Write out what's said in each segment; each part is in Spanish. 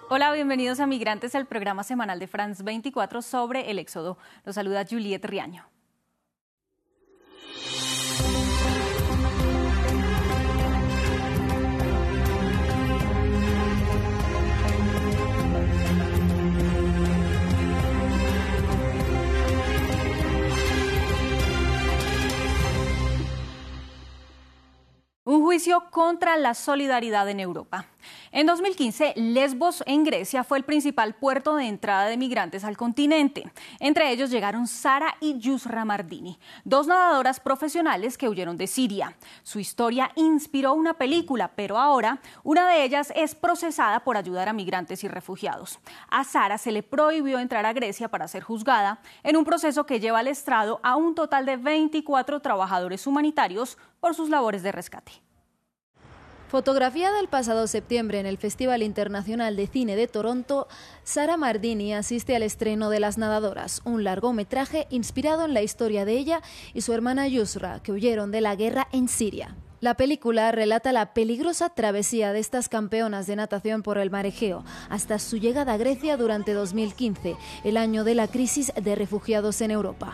Hola, bienvenidos a Migrantes, el programa semanal de France 24 sobre el éxodo. Los saluda Juliette Riaño. Un juicio contra la solidaridad en Europa. En 2015, Lesbos, en Grecia, fue el principal puerto de entrada de migrantes al continente. Entre ellos llegaron Sara y Yusra Mardini, dos nadadoras profesionales que huyeron de Siria. Su historia inspiró una película, pero ahora una de ellas es procesada por ayudar a migrantes y refugiados. A Sara se le prohibió entrar a Grecia para ser juzgada en un proceso que lleva al estrado a un total de 24 trabajadores humanitarios por sus labores de rescate. Fotografiada el pasado septiembre en el Festival Internacional de Cine de Toronto, Sara Mardini asiste al estreno de Las Nadadoras, un largometraje inspirado en la historia de ella y su hermana Yusra, que huyeron de la guerra en Siria. La película relata la peligrosa travesía de estas campeonas de natación por el mar Egeo hasta su llegada a Grecia durante 2015, el año de la crisis de refugiados en Europa.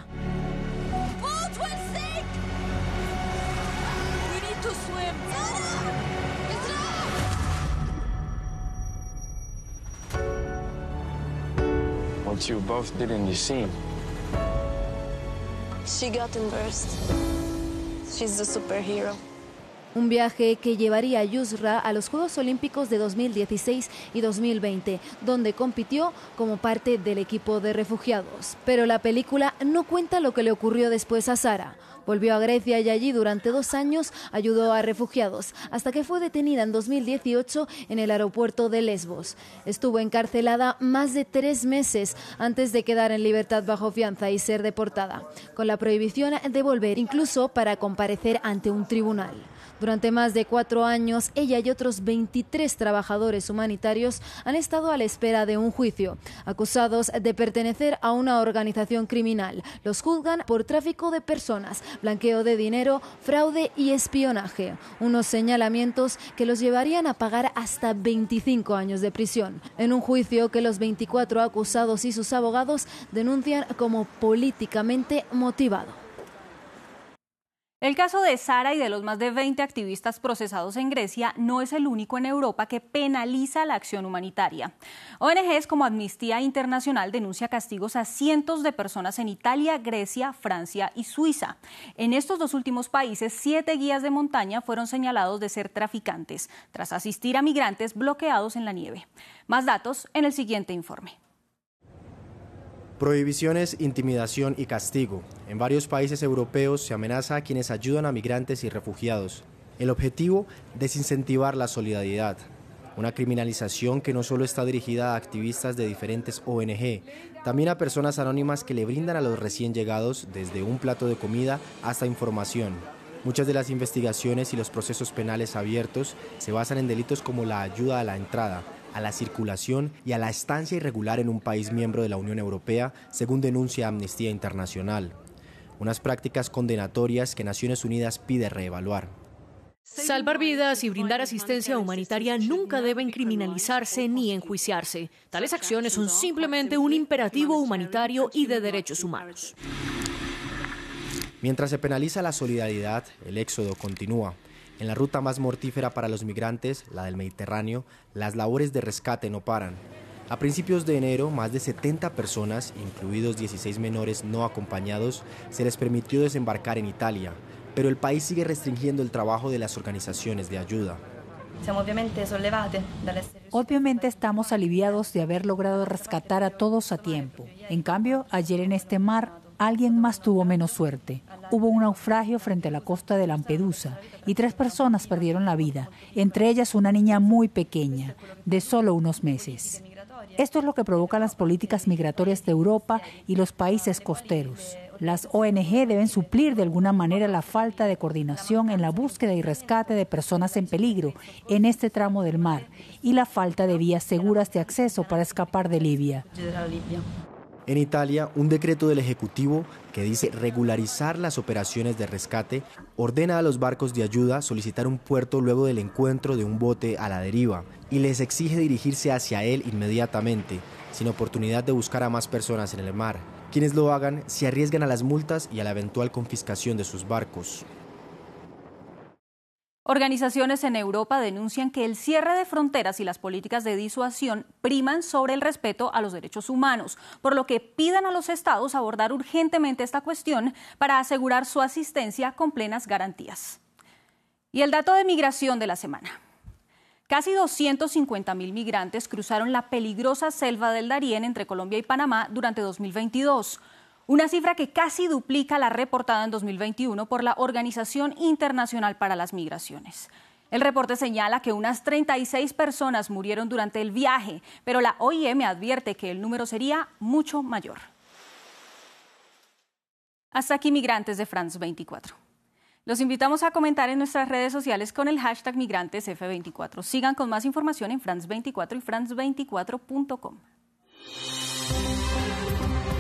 What you both did in the scene. She got immersed. She's the superhero. Un viaje que llevaría a Yusra a los Juegos Olímpicos de 2016 y 2020, donde compitió como parte del equipo de refugiados. Pero la película no cuenta lo que le ocurrió después a Sara. Volvió a Grecia y allí durante 2 años ayudó a refugiados, hasta que fue detenida en 2018 en el aeropuerto de Lesbos. Estuvo encarcelada más de 3 meses antes de quedar en libertad bajo fianza y ser deportada, con la prohibición de volver, incluso para comparecer ante un tribunal. Durante más de 4 años, ella y otros 23 trabajadores humanitarios han estado a la espera de un juicio, acusados de pertenecer a una organización criminal. Los juzgan por tráfico de personas, blanqueo de dinero, fraude y espionaje. Unos señalamientos que los llevarían a pagar hasta 25 años de prisión. En un juicio que los 24 acusados y sus abogados denuncian como políticamente motivado. El caso de Sara y de los más de 20 activistas procesados en Grecia no es el único en Europa que penaliza la acción humanitaria. ONGs como Amnistía Internacional denuncia castigos a cientos de personas en Italia, Grecia, Francia y Suiza. En estos 2 últimos países, 7 guías de montaña fueron señalados de ser traficantes, tras asistir a migrantes bloqueados en la nieve. Más datos en el siguiente informe. Prohibiciones, intimidación y castigo. En varios países europeos se amenaza a quienes ayudan a migrantes y refugiados. El objetivo, desincentivar la solidaridad. Una criminalización que no solo está dirigida a activistas de diferentes ONG, también a personas anónimas que le brindan a los recién llegados desde un plato de comida hasta información. Muchas de las investigaciones y los procesos penales abiertos se basan en delitos como la ayuda a la entrada, a la circulación y a la estancia irregular en un país miembro de la Unión Europea, según denuncia Amnistía Internacional. Unas prácticas condenatorias que Naciones Unidas pide reevaluar. Salvar vidas y brindar asistencia humanitaria nunca deben criminalizarse ni enjuiciarse. Tales acciones son simplemente un imperativo humanitario y de derechos humanos. Mientras se penaliza la solidaridad, el éxodo continúa. En la ruta más mortífera para los migrantes, la del Mediterráneo, las labores de rescate no paran. A principios de enero, más de 70 personas, incluidos 16 menores no acompañados, se les permitió desembarcar en Italia, pero el país sigue restringiendo el trabajo de las organizaciones de ayuda. Obviamente estamos aliviados de haber logrado rescatar a todos a tiempo. En cambio, ayer en este mar, alguien más tuvo menos suerte. Hubo un naufragio frente a la costa de Lampedusa y 3 personas perdieron la vida, entre ellas una niña muy pequeña, de solo unos meses. Esto es lo que provocan las políticas migratorias de Europa y los países costeros. Las ONG deben suplir de alguna manera la falta de coordinación en la búsqueda y rescate de personas en peligro en este tramo del mar y la falta de vías seguras de acceso para escapar de Libia. En Italia, un decreto del Ejecutivo que dice regularizar las operaciones de rescate ordena a los barcos de ayuda solicitar un puerto luego del encuentro de un bote a la deriva y les exige dirigirse hacia él inmediatamente, sin oportunidad de buscar a más personas en el mar. Quienes lo hagan se arriesgan a las multas y a la eventual confiscación de sus barcos. Organizaciones en Europa denuncian que el cierre de fronteras y las políticas de disuasión priman sobre el respeto a los derechos humanos, por lo que piden a los estados abordar urgentemente esta cuestión para asegurar su asistencia con plenas garantías. Y el dato de migración de la semana. Casi 250.000 migrantes cruzaron la peligrosa selva del Darién entre Colombia y Panamá durante 2022. Una cifra que casi duplica la reportada en 2021 por la Organización Internacional para las Migraciones. El reporte señala que unas 36 personas murieron durante el viaje, pero la OIM advierte que el número sería mucho mayor. Hasta aquí Migrantes de France 24. Los invitamos a comentar en nuestras redes sociales con el hashtag MigrantesF24. Sigan con más información en France 24 y france24.com.